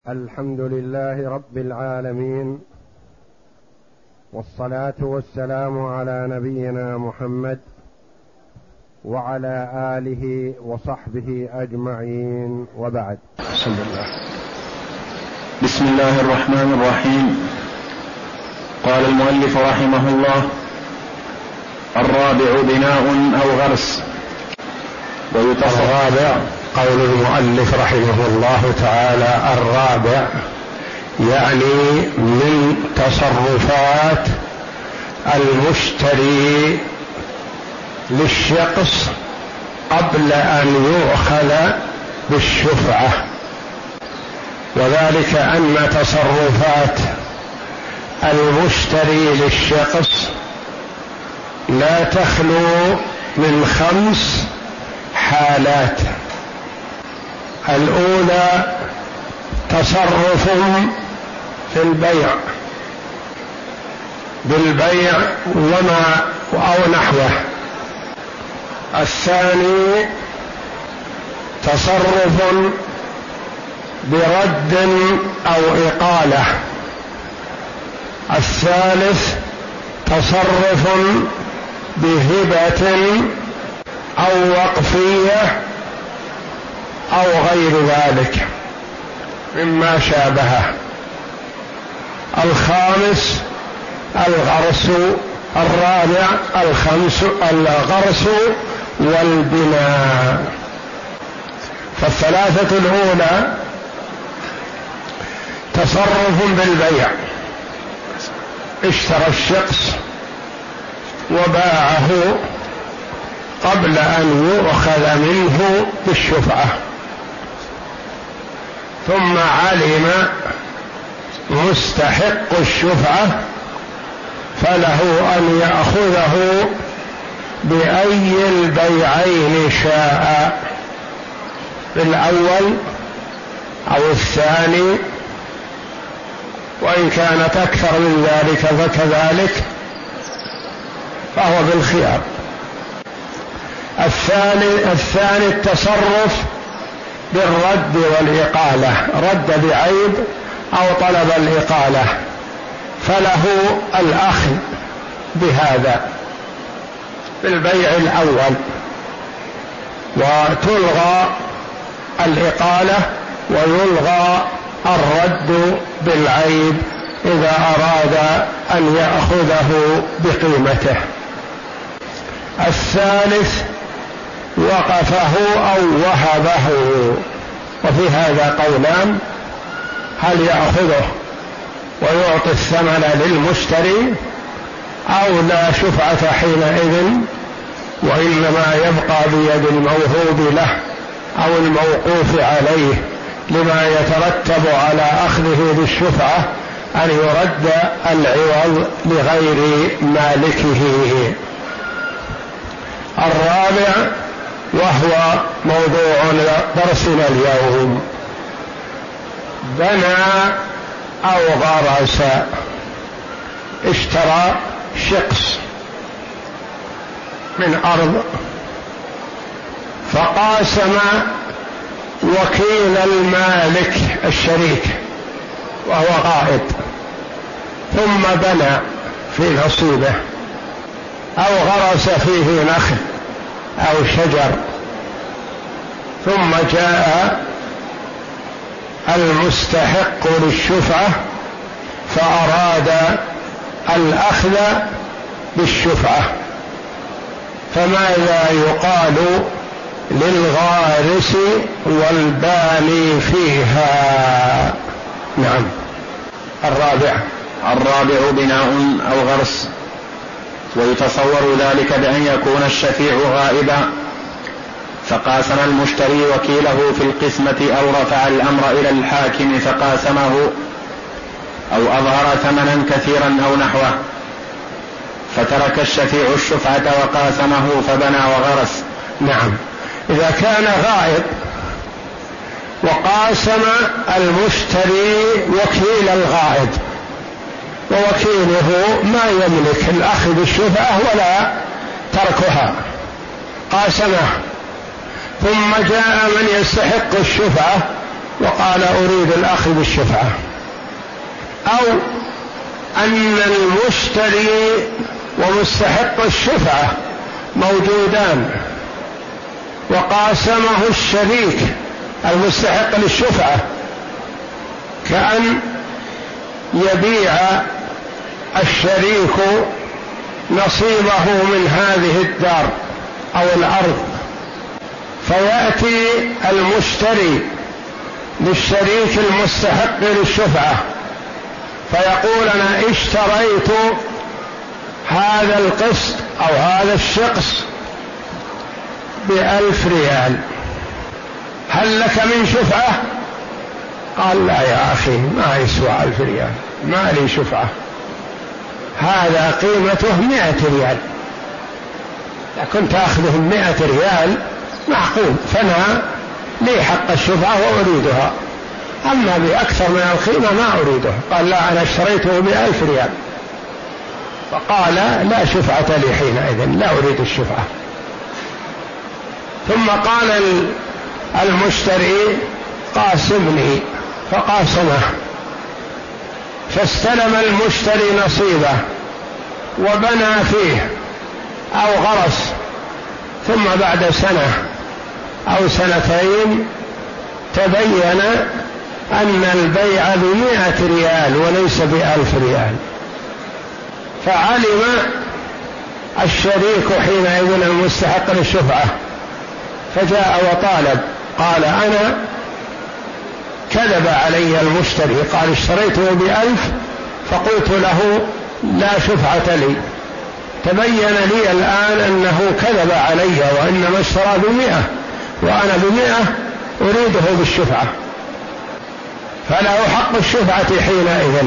الحمد لله رب العالمين، والصلاة والسلام على نبينا محمد وعلى آله وصحبه أجمعين، وبعد. بسم الله الرحمن الرحيم. قال المؤلف رحمه الله: الرابع بناء أو غرس. الرابع قول المؤلف رحمه الله تعالى الرابع، يعني من تصرفات المشتري للشخص قبل أن يؤخذ بالشفعة، وذلك أن تصرفات المشتري للشخص لا تخلو من 5 حالات. الأولى تصرف في البيع بالبيع وما أو نحوه. الثاني تصرف برد أو إقالة. الثالث تصرف بهبة أو وقفية أو غير ذلك مما شابهه. الخامس الغرس. الرابع الغرس والبناء. فالثلاثة الأولى تصرف بالبيع، اشترى الشخص وباعه قبل أن يؤخذ منه بالشفعة، ثم علم مستحق الشفعة فله أن يأخذه بأي البيعين شاء، بالأول أو الثاني، وإن كانت أكثر من ذلك فكذلك، فهو بالخيار. الثاني التصرف بالرد والإقالة، رد بعيب أو طلب الإقالة، فله الأخذ بهذا بالبيع الأول، وتلغى الإقالة ويلغى الرد بالعيب إذا أراد أن يأخذه بقيمته. الثالث وقفه أو وهبه، وفي هذا قولان: هل يأخذه ويعطي الثمن للمشتري أو لا شفعة حينئذ، وإنما يبقى بيد الموهوب له أو الموقوف عليه لما يترتب على أخذه بالشفعة أن يرد العوض لغير مالكه. الرابع وهو موضوع درسنا اليوم: بنى أو غرس. اشترى شخص من أرض فقاسم وكيل المالك الشريك وهو غائب، ثم بنى في نصيبه أو غرس فيه نخل أو شجر، ثم جاء المستحق للشفعة فأراد الأخذ بالشفعة، فماذا يقال للغارس والباني فيها؟ نعم. الرابع بناء أو غرس. ويتصور ذلك بأن يكون الشفيع غائبا، فقاسم المشتري وكيله في القسمة أو رفع الأمر إلى الحاكم فقاسمه، أو أظهر ثمنا كثيرا أو نحوه، فترك الشفيع الشفعة وقاسمه فبنى وغرس. نعم. إذا كان غائب وقاسم المشتري وكيل الغائب، ووكيله ما يملك الأخذ بالشفعة ولا تركها، قاسمه، ثم جاء من يستحق الشفعة وقال أريد الأخذ بالشفعة، أو أن المشتري ومستحق الشفعة موجودان وقاسمه الشريك المستحق للشفعة، كأن يبيع الشريك نصيبه من هذه الدار أو الأرض، فيأتي المشتري للشريك المستحق للشفعة فيقول أنا اشتريت هذا القسط أو هذا الشقص ب1000 ريال، هل لك من شفعة؟ قال لا يا أخي ما يسوى 1000 ريال، ما لي شفعة، هذا قيمته 100 ريال، كنت أخذهم 100 ريال معقول، فأنا لي حق الشفعة وأريدها، أما بأكثر من القيمة ما أريده. قال لا أنا اشتريته ب1000 ريال، فقال لا شفعة لي حينئذ، لا أريد الشفعة. ثم قال المشتري قاسمني، فقاسمه، فاستلم المشتري نصيبه وبنى فيه أو غرس، ثم بعد سنة أو سنتين تبين أن البيع ب100 ريال وليس ب1000 ريال، فعلم الشريك حينئذ المستحق للشفعة فجاء وطالب، قال أنا كذب علي المشتري، قال اشتريته ب1000 فقلت له لا شفعة لي، تبين لي الآن أنه كذب علي وإنما اشترى ب100 وأنا ب100 أريده بالشفعة، فله حق الشفعة حينئذ.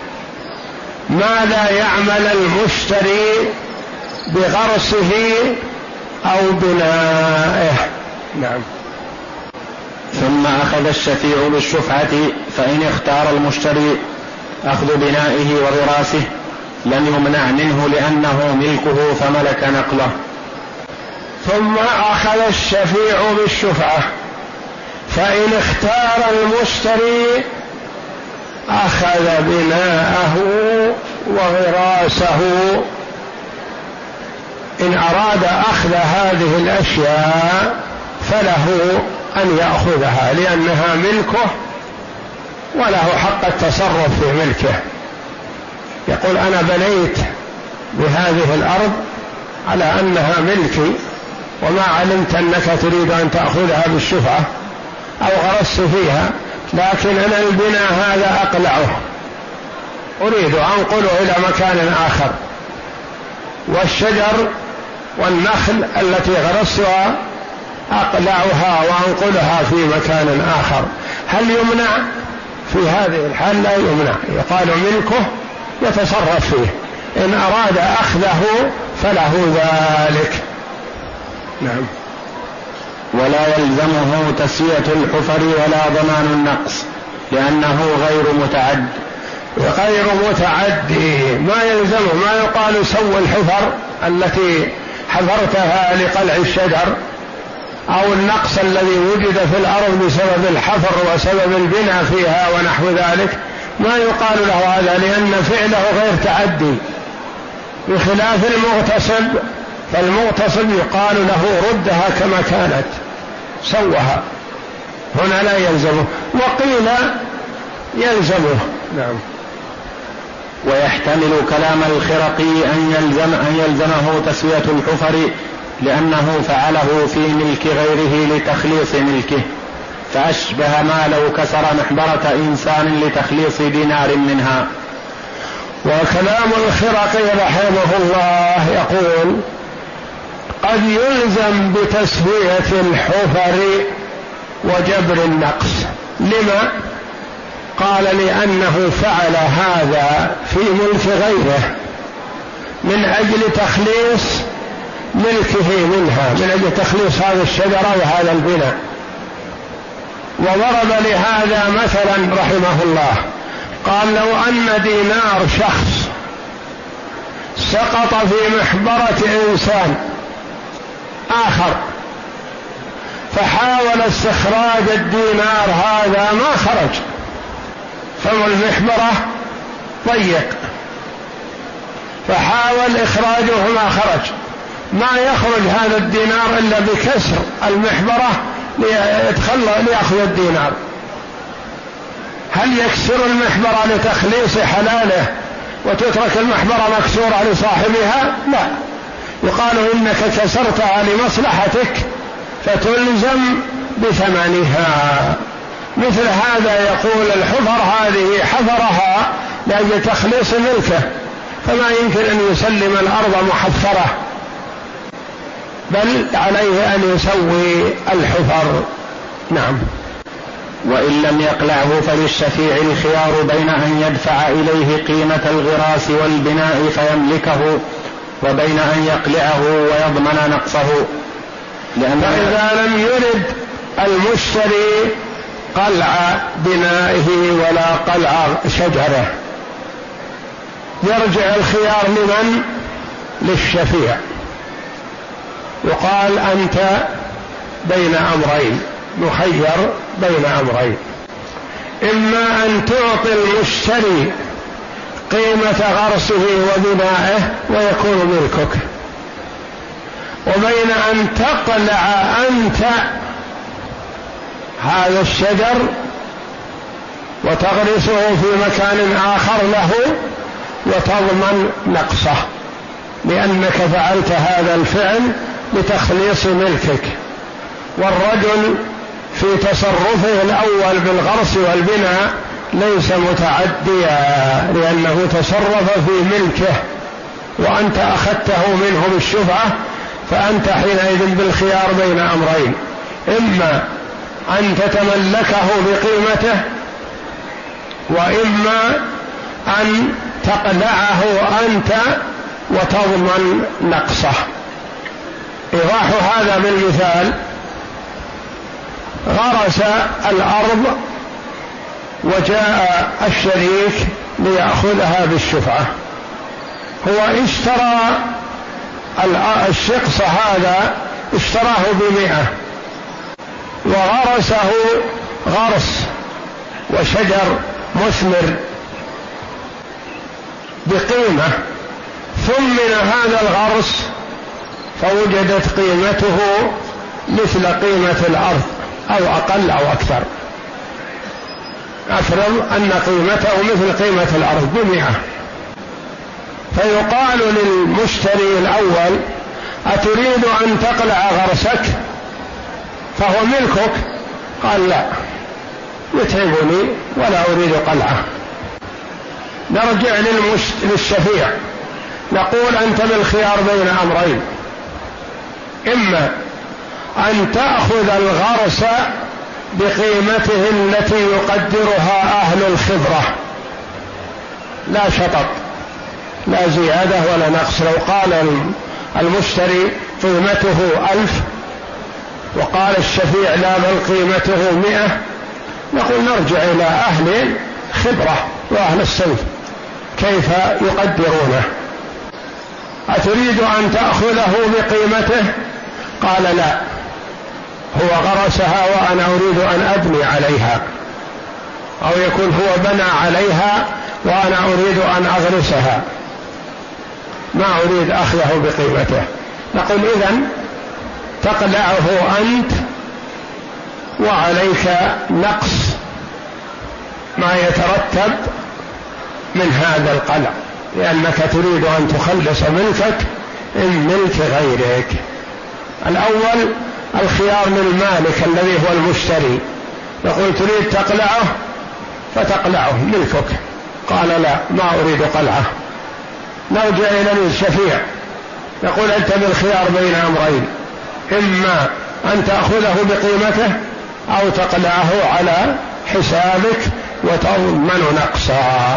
ماذا يعمل المشتري بغرسه أو بنائه؟ نعم. ثم أخذ الشفيع بالشفعة، فإن اختار المشتري أخذ بنائه وغراسه لم يمنع منه لأنه ملكه فملك نقله. ثم أخذ الشفيع بالشفعة، فإن اختار المشتري أخذ بناءه وغراسه، إن أراد أخذ هذه الأشياء فله أن يأخذها لأنها ملكه وله حق التصرف في ملكه. يقول أنا بنيت بهذه الأرض على أنها ملكي وما علمت أنك تريد أن تأخذها بالشفعة أو غرست فيها، لكن أنا البناء هذا أقلعه، أريد أنقله إلى مكان آخر، والشجر والنخل التي غرستها أقلعها وأنقلها في مكان آخر، هل يمنع؟ في هذه الحال لا يمنع، يقال ملكه يتصرف فيه، إن أراد أخذه فله ذلك. نعم. ولا يلزمه تسوية الحفر ولا ضمان النقص لأنه غير متعدي، ما يلزمه، ما يقال سوى الحفر التي حفرتها لقلع الشجر أو النقص الذي وجد في الأرض بسبب الحفر وسبب البناء فيها ونحو ذلك، ما يقال له هذا لأن فعله غير تعدي، بخلاف المغتصب، فالمغتصب يقال له ردها كما كانت سوها، هنا لا يلزمه، وقيل يلزمه. نعم. ويحتمل كلام الخرقي أن يلزمه تسوية الحفر لأنه فعله في ملك غيره لتخليص ملكه، فأشبه ما لو كسر محبرة إنسان لتخليص دينار منها. وكلام الخرقي رحمه الله يقول قد يلزم بتسوية الحفر وجبر النقص. لما؟ قال لأنه فعل هذا في ملك غيره من أجل تخليص ملكه منها، من أجل تخليص هذا الشجرة وهذا البناء. وضرب لهذا مثلا رحمه الله، قال لو أن دينار شخص سقط في محبرة إنسان آخر فحاول استخراج الدينار هذا ما خرج، فم المحبرة ضيق، فحاول إخراجه ما خرج، ما يخرج هذا الدينار إلا بكسر المحبرة ليأخذ الدينار. هل يكسر المحبرة لتخليص حلاله وتترك المحبرة مكسورة لصاحبها؟ لا، يقال إنك كسرتها لمصلحتك فتلزم بثمنها. مثل هذا يقول الحفر هذه حفرها لأجل تخليص ملكه، فما يمكن أن يسلم الأرض محفرة، بل عليه أن يسوي الحفر. نعم. وإن لم يقلعه فللشفيع الخيار بين أن يدفع إليه قيمة الغراس والبناء فيملكه وبين أن يقلعه ويضمن نقصه. فإذا لم يرد المشتري قلع بنائه ولا قلع شجره يرجع الخيار لمن؟ للشفيع. يقال أنت بين أمرين، مخير بين أمرين، إما أن تعطي المشتري قيمة غرسه وبنائه ويكون ملكك، وبين أن تقلع أنت هذا الشجر وتغرسه في مكان آخر له وتضمن نقصه، لأنك فعلت هذا الفعل لتخليص ملكك. والرجل في تصرفه الأول بالغرس والبناء ليس متعديا، لأنه تصرف في ملكه وأنت أخذته منه بالشفعة، فأنت حينئذ بالخيار بين أمرين، إما أن تتملكه بقيمته وإما أن تقلعه أنت وتضمن نقصه. إيضاح هذا بالمثال: غرس الأرض وجاء الشريك ليأخذها بالشفعة، هو اشترى الشقص هذا اشتراه ب100 وغرسه غرس وشجر مثمر بقيمة، ثمن هذا الغرس فوجدت قيمته مثل قيمة الأرض أو أقل أو أكثر، أفرض أن قيمته مثل قيمة الأرض ب100، فيقال للمشتري الأول: أتريد أن تقلع غرسك فهو ملكك؟ قال: لا، يتعبني ولا أريد قلعه. نرجع للشفيع نقول: أنت بالخيار بين أمرين، إما أن تأخذ الغرس بقيمته التي يقدرها أهل الخبرة، لا شطط لا زيادة ولا نقص. لو قال المشتري قيمته 1000 وقال الشفيع: لا، بل قيمته 100، نقول نرجع إلى أهل خبرة وأهل الصنف كيف يقدرونه. أتريد أن تأخذه بقيمته؟ قال: لا، هو غرسها وأنا أريد أن أبني عليها، أو يكون هو بنى عليها وأنا أريد أن أغرسها، ما أريد أخذه بقيمته. نقول: إذن تقلعه أنت وعليك نقص ما يترتب من هذا القلع، لأنك تريد أن تخلص ملكك من ملك غيرك. الأول الخيار للمالك الذي هو المشتري، نقول: تريد تقلعه فتقلعه ملكك، قال: لا، ما أريد قلعه. نرجع إلى الشفيع نقول: أنت بالخيار بين أمرين، إما أن تأخذه بقيمته أو تقلعه على حسابك وتضمن نقصه،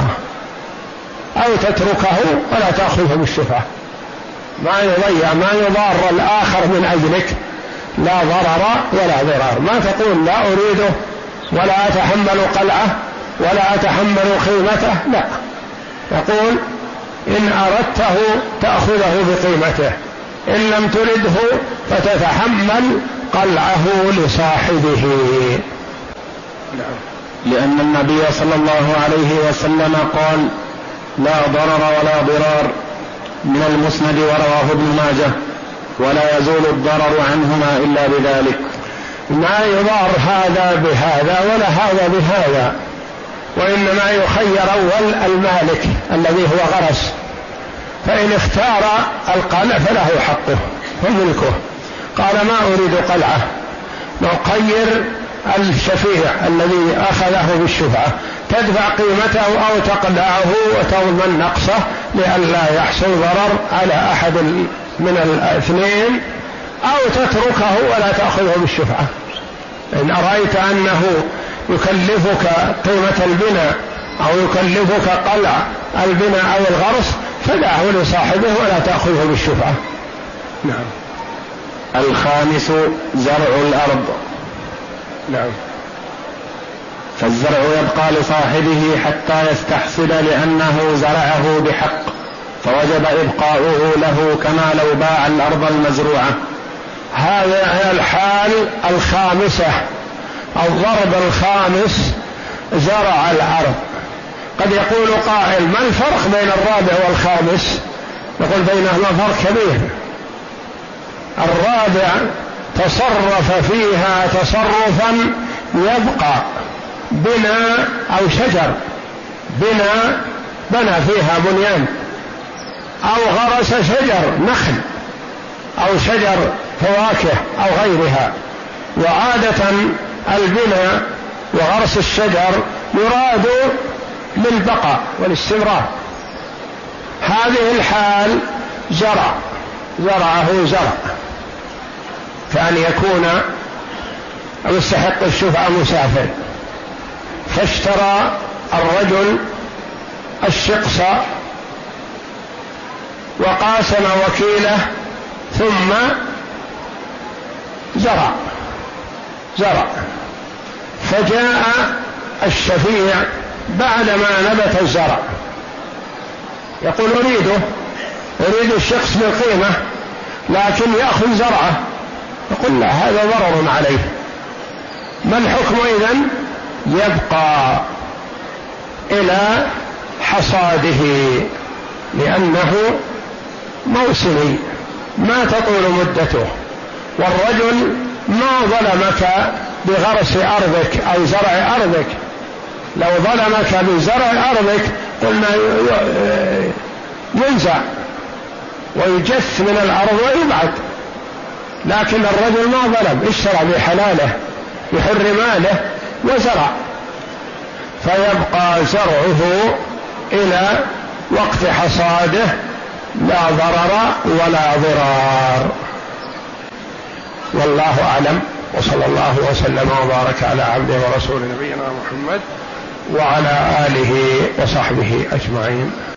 أو تتركه ولا تأخذه بالشفعة، ما يضيع، ما يضار الآخر من أجلك، لا ضرر ولا ضرار. ما تقول: لا أريده ولا أتحمل قلعه ولا أتحمل قيمته، لا، يقول: إن أردته تأخذه بقيمته، إن لم ترده فتتحمل قلعه لصاحبه. نعم. لأن النبي صلى الله عليه وسلم قال: لا ضرر ولا ضرار، من المسند ورواه ابن ماجه، ولا يزول الضرر عنهما إلا بذلك. ما يضار هذا بهذا ولا هذا بهذا، وإنما يخير أول المالك الذي هو غرس، فإن اختار القلع فله حقه وملكه. قال: ما أريد قلعه، نخير الشفيع الذي أخذه بالشفعة، تدفع قيمته أو تقلعه وتضمن نقصه لئلا يحصل ضرر على أحد من الاثنين، أو تتركه ولا تأخذه بالشفعة. إن أرأيت أنه يكلفك قيمة البناء أو يكلفك قلع البناء أو الغرس فدعه لصاحبه ولا تأخذه بالشفعة. نعم. الخامس زرع الأرض. نعم. فالزرع يبقى لصاحبه حتى يستحصل لأنه زرعه بحق، فوجب إبقاؤه له كما لو باع الأرض المزروعة. هذا الحال الخامسة، الضرب الخامس زرع الأرض. قد يقول قائل: ما الفرق بين الرابع والخامس؟ نقول بينهما فرق كبير. الرابع تصرف فيها تصرفا يبقى بناء أو شجر، بنى فيها بنيان، أو غرس شجر نخل أو شجر فواكه أو غيرها. وعادة البناء وغرس الشجر يراد للبقاء والاستمرار. هذه الحال زرعه زرع، كأن يكون أو يستحق الشفعة مسافر، فاشترى الرجل الشقص وقاسم وكيله ثم زرع، فجاء الشفيع بعدما نبت الزرع يقول: أريد الشخص بالقيمة لكن يأخذ زرعه. يقول: لا، هذا ضرر عليه. ما الحكم إذن؟ يبقى إلى حصاده لأنه موسمي ما تطول مدته، والرجل ما ظلمك بغرس أرضك أو زرع أرضك. لو ظلمك بزرع أرضك قلنا ينزع ويجث من الأرض ويبعد، لكن الرجل ما ظلم، اشترى بحلاله بحر ماله وزرع، فيبقى زرعه إلى وقت حصاده لا ضرر ولا ضرار. والله أعلم، وصلى الله وسلم وبارك على عبده ورسول نبينا محمد وعلى آله وصحبه أجمعين.